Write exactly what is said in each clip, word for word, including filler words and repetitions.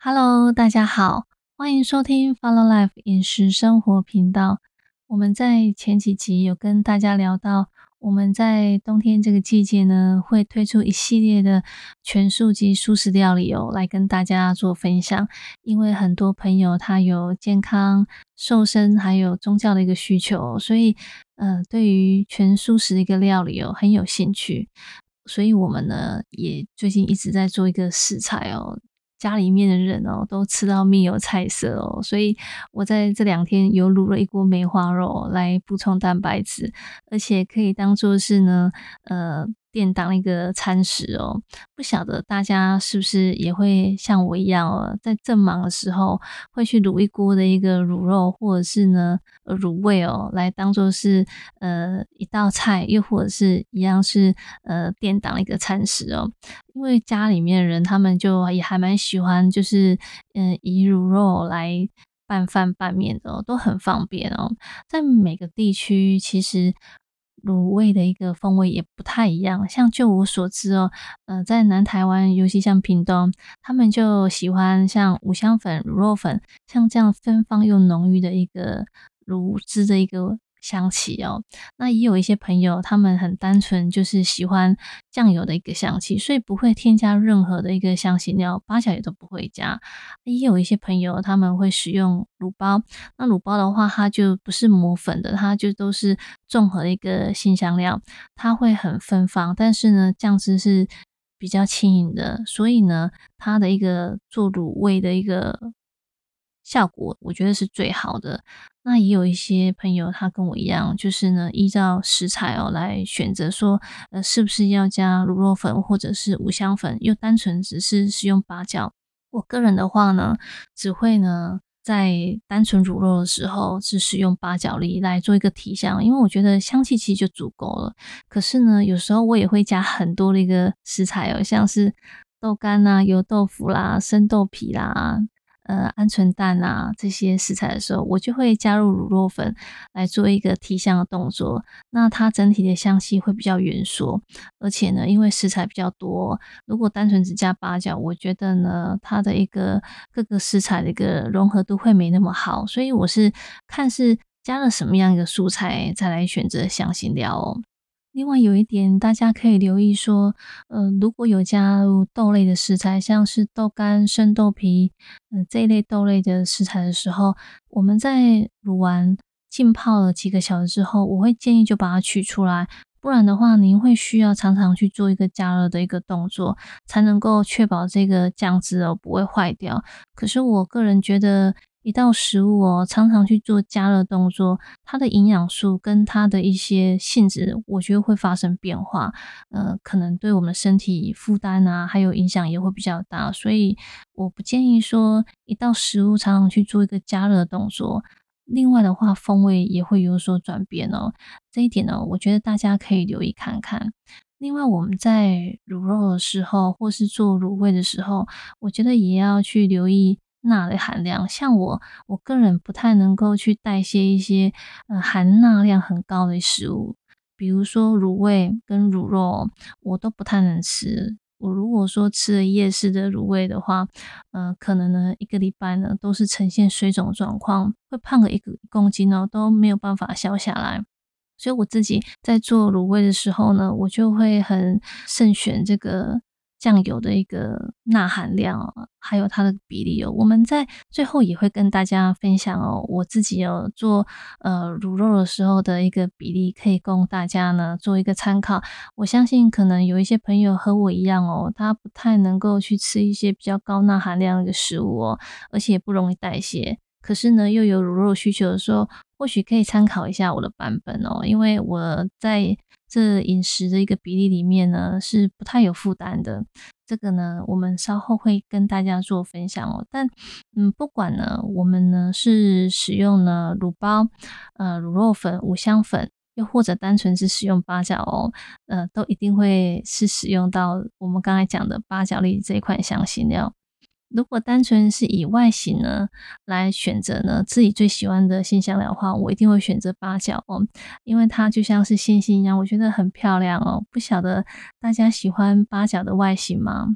Hello，大家好，欢迎收听 Follow Life 饮食生活频道。我们在前几集有跟大家聊到，我们在冬天这个季节呢，会推出一系列的全素及素食料理哦，来跟大家做分享。因为很多朋友他有健康、瘦身还有宗教的一个需求，所以呃，对于全素食的一个料理哦，很有兴趣。所以我们呢，也最近一直在做一个试菜哦，家里面的人哦，都吃到面有菜色哦，所以我在这两天有卤了一锅梅花肉来补充蛋白质，而且可以当做是呢，呃，便当一个餐食哦。不晓得大家是不是也会像我一样哦，在正忙的时候会去卤一锅的一个卤肉，或者是呢，呃，卤味哦，来当做是，呃，一道菜，又或者是一样是，呃，便当一个餐食哦。因为家里面的人他们就也还蛮喜欢，就是，呃，以卤肉来拌饭拌面的哦，都很方便哦。在每个地区其实卤味的一个风味也不太一样，像就我所知哦，呃，在南台湾，尤其像屏东，他们就喜欢像五香粉、卤肉粉，像这样芬芳又浓郁的一个卤汁的一个香气哦。那也有一些朋友，他们很单纯，就是喜欢酱油的一个香气，所以不会添加任何的一个香辛料，八角也都不会加。也有一些朋友他们会使用卤包，那卤包的话，它就不是磨粉的，它就都是综合的一个辛香料，它会很芬芳，但是呢，酱汁是比较轻盈的，所以呢，它的一个做卤味的一个效果，我觉得是最好的。那也有一些朋友他跟我一样，就是呢，依照食材哦来选择说，呃，是不是要加卤肉粉或者是五香粉，又单纯只是使用八角。我个人的话呢，只会呢在单纯卤肉的时候是使用八角粒来做一个提香，因为我觉得香气其实就足够了。可是呢，有时候我也会加很多的一个食材哦，像是豆干啊、油豆腐啦、生豆皮啦、呃，鹌鹑蛋啊这些食材的时候，我就会加入卤肉粉来做一个提香的动作。那它整体的香气会比较圆缩，而且呢，因为食材比较多，如果单纯只加八角，我觉得呢，它的一个各个食材的一个融合度会没那么好，所以我是看是加了什么样一个素材，再来选择香辛料哦。另外有一点大家可以留意说，呃，如果有加入豆类的食材，像是豆干、生豆皮，呃，这一类豆类的食材的时候，我们在卤完浸泡了几个小时之后，我会建议就把它取出来，不然的话，您会需要常常去做一个加热的一个动作，才能够确保这个酱汁哦不会坏掉。可是我个人觉得，一道食物哦，常常去做加热动作，它的营养素跟它的一些性质，我觉得会发生变化，呃，可能对我们身体负担啊，还有影响也会比较大，所以我不建议说一道食物常常去做一个加热的动作。另外的话，风味也会有所转变哦，这一点呢，我觉得大家可以留意看看。另外，我们在卤肉的时候，或是做卤味的时候，我觉得也要去留意钠的含量。像我，我个人不太能够去代谢一些呃含钠量很高的食物，比如说卤味跟卤肉，我都不太能吃。我如果说吃了夜市的卤味的话，呃，可能呢一个礼拜呢都是呈现水肿状况，会胖个一个一公斤哦，都没有办法消下来。所以我自己在做卤味的时候呢，我就会很慎选这个酱油的一个钠含量哦，还有它的比例哦。我们在最后也会跟大家分享哦，我自己有做呃卤肉的时候的一个比例，可以供大家呢做一个参考。我相信可能有一些朋友和我一样哦，他不太能够去吃一些比较高钠含量的食物哦，而且也不容易代谢。可是呢，又有卤肉需求的时候，或许可以参考一下我的版本哦，因为我在这饮食的一个比例里面呢，是不太有负担的。这个呢，我们稍后会跟大家做分享哦。但嗯，不管呢，我们呢是使用呢卤包、呃卤肉粉、五香粉，又或者单纯是使用八角哦，呃，都一定会是使用到我们刚才讲的八角粒这一款香辛料。如果单纯是以外形呢来选择呢，自己最喜欢的辛香料的话，我一定会选择八角哦，因为它就像是星星一样，我觉得很漂亮哦。不晓得大家喜欢八角的外形吗？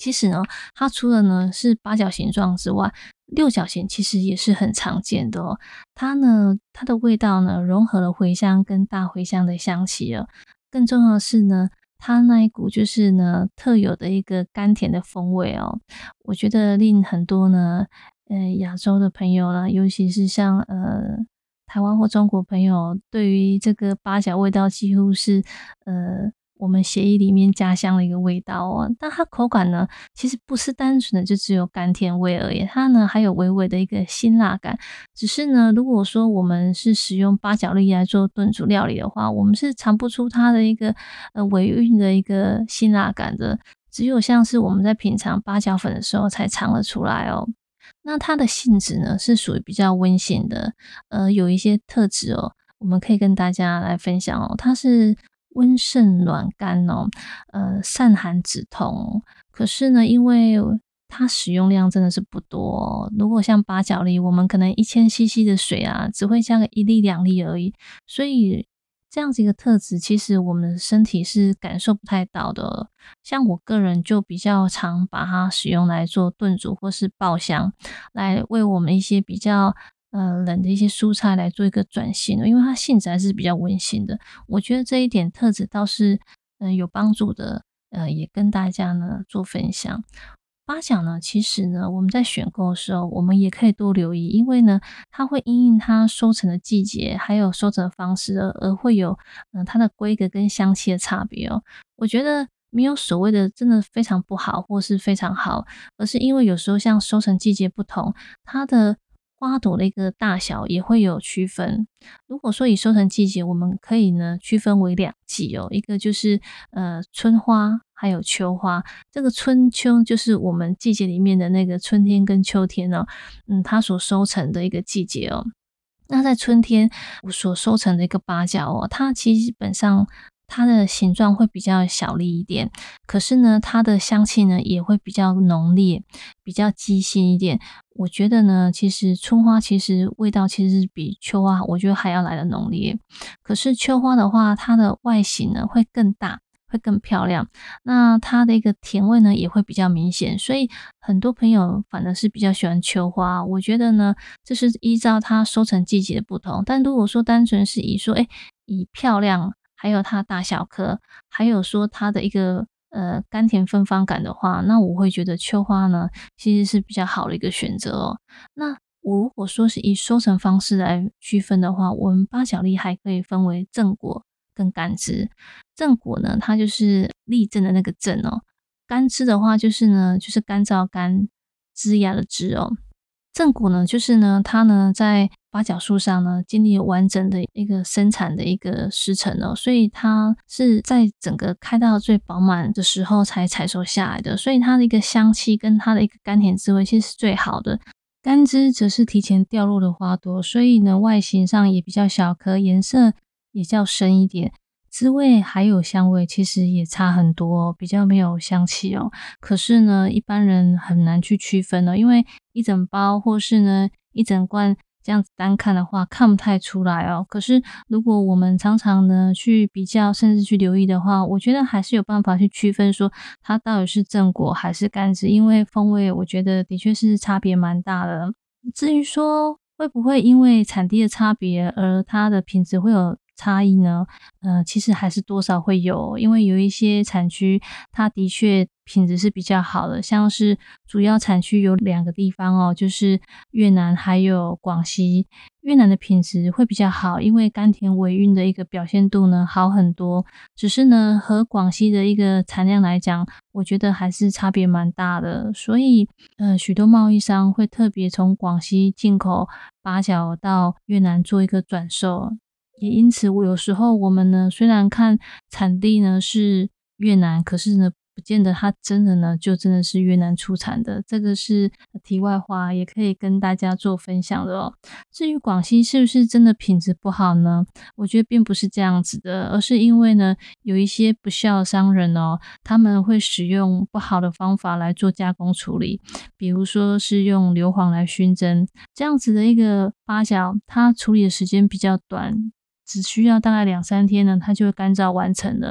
其实呢，它除了呢是八角形状之外，六角形其实也是很常见的哦。它呢，它的味道呢融合了茴香跟大茴香的香气哦。更重要的是呢，它那一股就是呢特有的一个甘甜的风味哦。我觉得令很多呢，呃，亚洲的朋友呢，尤其是像呃台湾或中国朋友，对于这个八角味道几乎是呃我们血液里面家乡的一个味道哦。但它口感呢，其实不是单纯的就只有甘甜味而已，它呢还有微微的一个辛辣感。只是呢，如果说我们是使用八角粒来做炖煮料理的话，我们是尝不出它的一个呃尾韵的一个辛辣感的，只有像是我们在品尝八角粉的时候才尝得出来哦。那它的性质呢，是属于比较温性的，呃，有一些特质哦，我们可以跟大家来分享哦。它是温肾暖肝哦，呃，散寒止痛哦。可是呢，因为它使用量真的是不多哦，如果像八角粒，我们可能一千 C C 的水啊，只会加个一粒两粒而已，所以这样子一个特质，其实我们的身体是感受不太到的。像我个人就比较常把它使用来做炖煮或是爆香，来为我们一些比较呃冷的一些蔬菜来做一个转型，因为它性质还是比较温馨的。我觉得这一点特质倒是呃有帮助的，呃，也跟大家呢做分享。八角呢，其实呢，我们在选购的时候，我们也可以多留意，因为呢，它会因应它收成的季节，还有收成的方式而而会有，呃，它的规格跟香气的差别哦。我觉得没有所谓的真的非常不好，或是非常好，而是因为有时候像收成季节不同，它的花朵的一个大小也会有区分。如果说以收成季节，我们可以呢区分为两季哦，一个就是呃春花，还有秋花。这个春秋就是我们季节里面的那个春天跟秋天哦，嗯，它所收成的一个季节哦。那在春天我所收成的一个八角哦，它基本上它的形状会比较小粒一点，可是呢，它的香气呢也会比较浓烈，比较激辛一点。我觉得呢，其实春花其实味道其实是比秋花我觉得还要来的浓烈。可是秋花的话，它的外形呢会更大，会更漂亮。那它的一个甜味呢也会比较明显，所以很多朋友反而是比较喜欢秋花。我觉得呢，这是依照它收成季节的不同。但如果说单纯是以说，诶，以漂亮，还有它大小颗，还有说它的一个呃甘甜芬芳感的话，那我会觉得秋花呢其实是比较好的一个选择哦。那我如果说是以收成方式来区分的话，我们八角粒还可以分为正果跟干枝。正果呢，它就是立正的那个正哦，干枝的话就是呢，就是干燥干枝芽的枝哦。正果呢，就是呢，它呢在八角树上呢经历完整的一个生产的一个时程哦，所以它是在整个开到最饱满的时候才采收下来的，所以它的一个香气跟它的一个甘甜滋味其实是最好的。干枝则是提前掉落的花朵，所以呢外形上也比较小颗，颜色也较深一点。滋味还有香味其实也差很多哦，比较没有香气哦。可是呢，一般人很难去区分哦，因为一整包或是呢一整罐这样子单看的话，看不太出来哦。可是如果我们常常呢去比较，甚至去留意的话，我觉得还是有办法去区分说它到底是正果还是干枝，因为风味我觉得的确是差别蛮大的。至于说会不会因为产地的差别而它的品质会有差异呢？呃，其实还是多少会有，因为有一些产区它的确品质是比较好的，像是主要产区有两个地方哦，就是越南还有广西。越南的品质会比较好，因为甘甜尾韵的一个表现度呢好很多。只是呢，和广西的一个产量来讲，我觉得还是差别蛮大的。所以，呃，许多贸易商会特别从广西进口八角到越南做一个转售。也因此我有时候我们呢，虽然看产地呢是越南，可是呢，不见得它真的呢就真的是越南出产的，这个是题外话，也可以跟大家做分享的哦。至于广西是不是真的品质不好呢？我觉得并不是这样子的，而是因为呢，有一些不孝的商人哦，他们会使用不好的方法来做加工处理，比如说是用硫磺来熏蒸，这样子的一个八角，它处理的时间比较短，只需要大概两三天呢，它就会干燥完成了。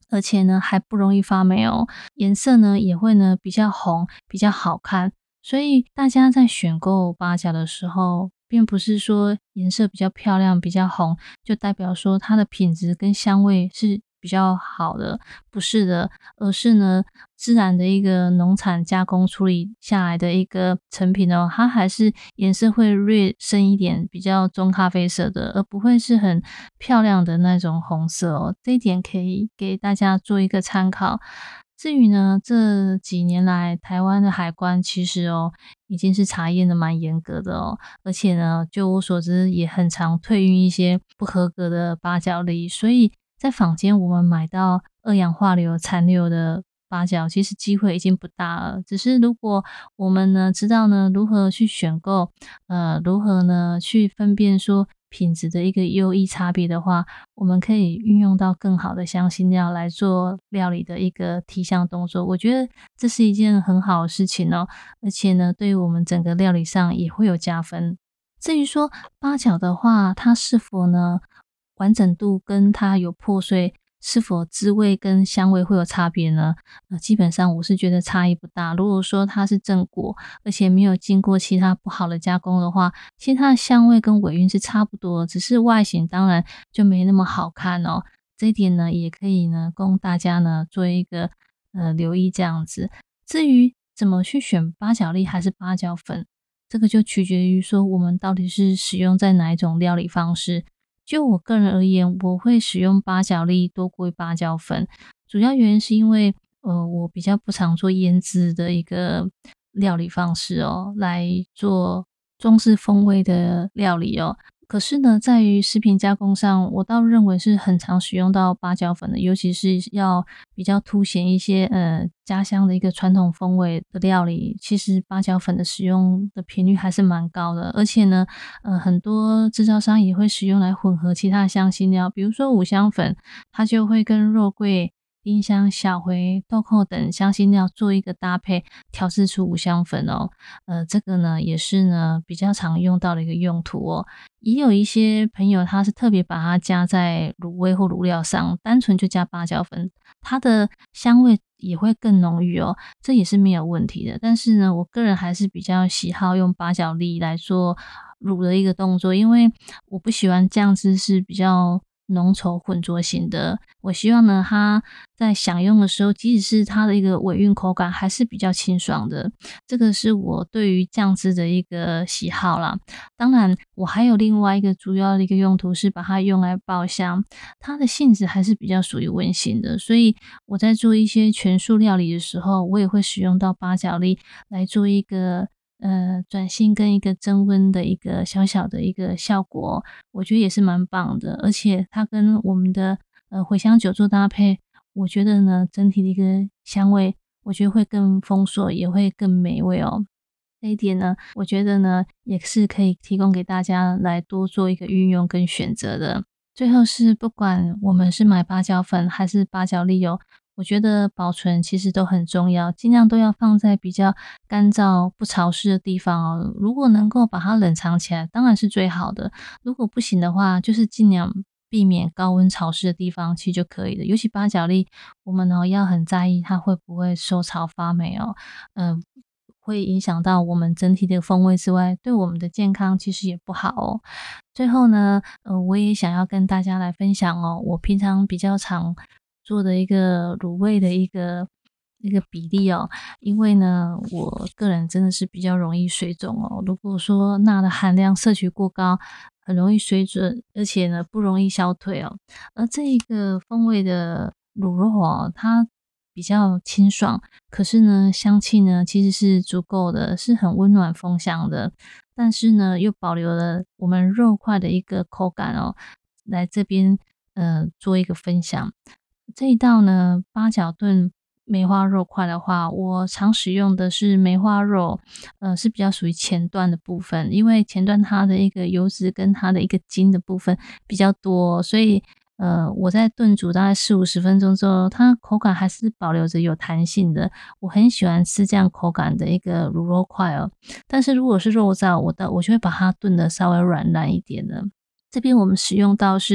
而且呢还不容易发霉哦，颜色呢也会呢比较红，比较好看。所以大家在选购八角的时候，并不是说颜色比较漂亮、比较红，就代表说它的品质跟香味是比较好的，不是的，而是呢自然的一个农产加工处理下来的一个成品哦，它还是颜色会略深一点，比较中咖啡色的，而不会是很漂亮的那种红色哦。这一点可以给大家做一个参考。至于呢，这几年来台湾的海关其实哦，已经是查验的蛮严格的哦，而且呢，就我所知也很常退运一些不合格的八角梨，所以在坊间我们买到二氧化硫残留的八角，其实机会已经不大了。只是如果我们呢知道呢如何去选购，呃，如何呢去分辨说品质的一个优异差别的话，我们可以运用到更好的香辛料来做料理的一个提香动作。我觉得这是一件很好的事情哦，而且呢，对于我们整个料理上也会有加分。至于说八角的话，它是否呢完整度跟它有破碎，是否滋味跟香味会有差别呢？呃，基本上我是觉得差异不大。如果说它是正果，而且没有经过其他不好的加工的话，其实它的香味跟尾韵是差不多，只是外形当然就没那么好看哦。这一点呢，也可以呢供大家呢做一个呃留意这样子。至于怎么去选八角粒还是八角粉，这个就取决于说我们到底是使用在哪一种料理方式。就我个人而言，我会使用八角粒多过于八角粉，主要原因是因为呃，我比较不常做腌制的一个料理方式哦，来做中式风味的料理哦。可是呢，在于食品加工上，我倒认为是很常使用到八角粉的，尤其是要比较凸显一些呃家乡的一个传统风味的料理，其实八角粉的使用的频率还是蛮高的。而且呢，呃，很多制造商也会使用来混合其他香辛料，比如说五香粉，它就会跟肉桂、丁香、小茴、豆蔻等香辛料做一个搭配，调制出五香粉哦。呃，这个呢也是呢比较常用到的一个用途哦。也有一些朋友他是特别把它加在卤味或卤料上，单纯就加八角粉，它的香味也会更浓郁哦，这也是没有问题的。但是呢，我个人还是比较喜好用八角粒来做卤的一个动作，因为我不喜欢酱汁是比较浓稠混浊型的，我希望呢，它在享用的时候，即使是它的一个尾韵口感还是比较清爽的，这个是我对于酱汁的一个喜好啦。当然，我还有另外一个主要的一个用途是把它用来爆香，它的性质还是比较属于温馨的，所以我在做一些全素料理的时候，我也会使用到八角粒来做一个呃转性跟一个增温的一个小小的一个效果，我觉得也是蛮棒的，而且它跟我们的呃茴香酒做搭配，我觉得呢整体的一个香味，我觉得会更丰硕，也会更美味哦。这一点呢，我觉得呢，也是可以提供给大家来多做一个运用跟选择的。最后是不管我们是买八角粉还是八角粒哦，我觉得保存其实都很重要，尽量都要放在比较干燥不潮湿的地方哦。如果能够把它冷藏起来，当然是最好的。如果不行的话，就是尽量避免高温潮湿的地方其实就可以了。尤其八角粒，我们呢要很在意它会不会受潮发霉哦。嗯、会影响到我们整体的风味之外，对我们的健康其实也不好哦。最后呢，呃，我也想要跟大家来分享哦，我平常比较常做的一个卤味的一个一个比例哦。因为呢，我个人真的是比较容易水肿哦。如果说钠的含量摄取过高，很容易水肿，而且呢不容易消退哦。而这一个风味的卤肉哦，它比较清爽，可是呢，香气呢其实是足够的，是很温暖丰香的。但是呢，又保留了我们肉块的一个口感哦，来这边呃做一个分享。这一道呢，八角炖梅花肉块的话，我常使用的是梅花肉，呃，是比较属于前段的部分，因为前段它的一个油脂跟它的一个筋的部分比较多，所以呃，我在炖煮大概四五十分钟之后，它口感还是保留着有弹性的。我很喜欢吃这样口感的一个卤肉块哦。但是如果是肉燥，我的我就会把它炖的稍微软烂一点的。这边我们使用到是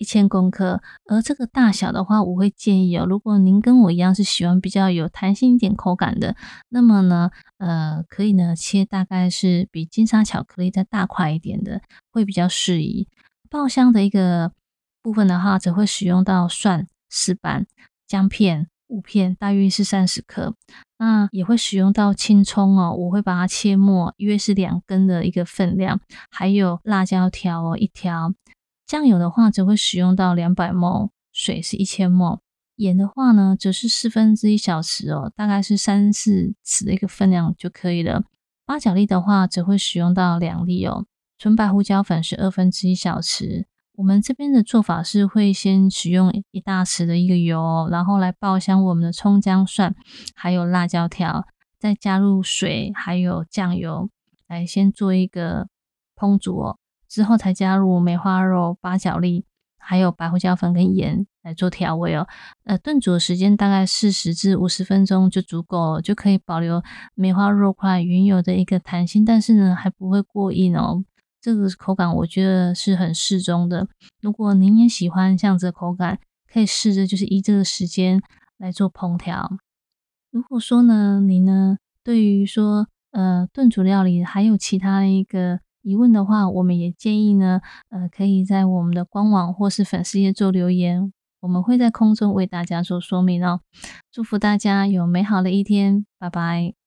一千公克。而这个大小的话，我会建议哦，如果您跟我一样是喜欢比较有弹性一点口感的，那么呢，呃，可以呢切大概是比金沙巧克力再大块一点的，会比较适宜。爆香的一个部分的话，则会使用到蒜四瓣、姜片五片，大约是三十克。那也会使用到青葱哦，我会把它切末，约是两根的一个分量，还有辣椒条哦一条。酱油的话，则会使用到两百 ml， 水是一千 ml。盐的话呢，则是四分之一小匙哦，大概是三四匙的一个分量就可以了。八角粒的话，则会使用到两粒哦。纯白胡椒粉是二分之一小匙。我们这边的做法是会先使用一大匙的一个油哦，然后来爆香我们的葱姜蒜，还有辣椒条，再加入水还有酱油，来先做一个烹煮哦。之后才加入梅花肉、八角粒，还有白胡椒粉跟盐来做调味哦。呃，炖煮的时间大概四十至五十分钟就足够了，就可以保留梅花肉块原有的一个弹性，但是呢还不会过硬哦。这个口感我觉得是很适中的。如果您也喜欢这样子的口感，可以试着就是依这个时间来做烹调。如果说呢，你呢对于说呃炖煮料理还有其他的一个疑问的话，我们也建议呢，呃可以在我们的官网或是粉丝页做留言，我们会在空中为大家做说明哦。祝福大家有美好的一天，拜拜。